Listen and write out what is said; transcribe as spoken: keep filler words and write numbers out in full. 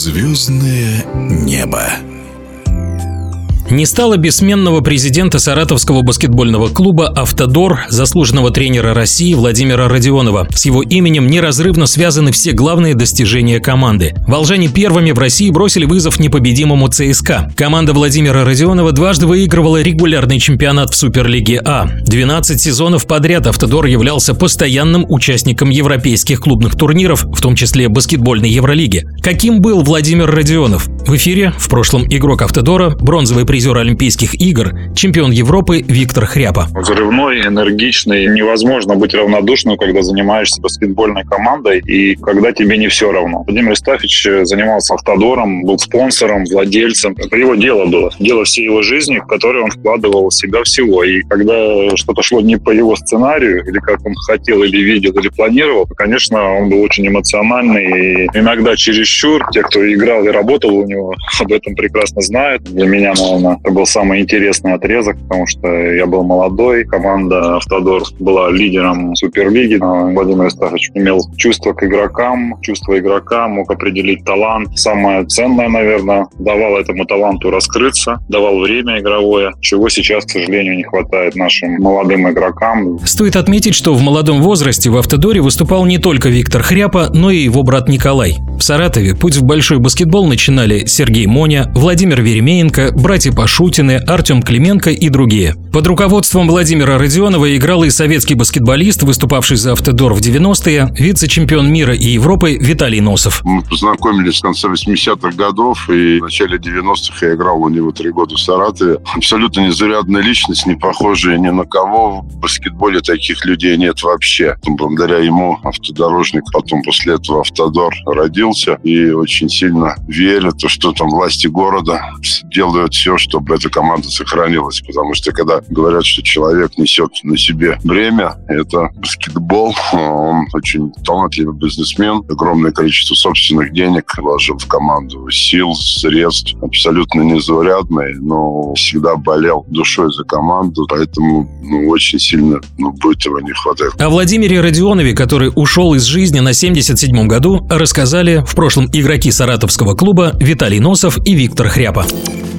Звездное небо. Не стало бессменного президента Саратовского баскетбольного клуба «Автодор», заслуженного тренера России Владимира Родионова. С его именем неразрывно связаны все главные достижения команды. Волжане первыми в России бросили вызов непобедимому ЦСКА. Команда Владимира Родионова дважды выигрывала регулярный чемпионат в Суперлиге А. двенадцать сезонов подряд «Автодор» являлся постоянным участником европейских клубных турниров, в том числе баскетбольной Евролиги. Каким был Владимир Родионов? В эфире в прошлом игрок «Автодора», бронзовый призер Олимпийских игр, чемпион Европы Виктор Хряпа. Взрывной, энергичный. Невозможно быть равнодушным, когда занимаешься баскетбольной командой и когда тебе не все равно. Владимир Истафович занимался «Автодором», был спонсором, владельцем. Это его дело было. Дело всей его жизни, в которое он вкладывал в себя всего. И когда что-то шло не по его сценарию, или как он хотел, или видел, или планировал, то, конечно, он был очень эмоциональный. И иногда чересчур. Те, кто играл и работал у него, об этом прекрасно знают. Для меня, наверное, это был самый интересный отрезок, потому что я был молодой. Команда «Автодор» была лидером Суперлиги. Владимир Истафович имел чувство к игрокам, чувство игрока, мог определить талант. Самое ценное, наверное, давал этому таланту раскрыться, давал время игровое, чего сейчас, к сожалению, не хватает нашим молодым игрокам. Стоит отметить, что в молодом возрасте в «Автодоре» выступал не только Виктор Хряпа, но и его брат Николай. В Саратове путь в большой баскетбол начинали Сергей Моня, Владимир Веремеенко, братья Пашутины, Артем Клименко и другие. Под руководством Владимира Родионова играл и советский баскетболист, выступавший за «Автодор» в девяностые, вице-чемпион мира и Европы Виталий Носов. Мы познакомились в конце восьмидесятых годов, и в начале девяностых я играл у него три года в Саратове. Абсолютно незаурядная личность, не похожая ни на кого. В баскетболе таких людей нет вообще. Благодаря ему автодорожник, потом после этого «Автодор» родился, и очень сильно верит, что там власти города делают все, чтобы эта команда сохранилась. Потому что когда говорят, что человек несет на себе бремя, это баскетбол. Он очень талантливый бизнесмен. Огромное количество собственных денег вложил в команду, сил, средств. Абсолютно незаурядный, но всегда болел душой за команду. Поэтому ну, очень сильно ну, будет его не хватать. О Владимире Родионове, который ушел из жизни на семьдесят седьмом году, рассказали в прошлом игроки саратовского клуба Виталий Носов и Виктор Хряпа.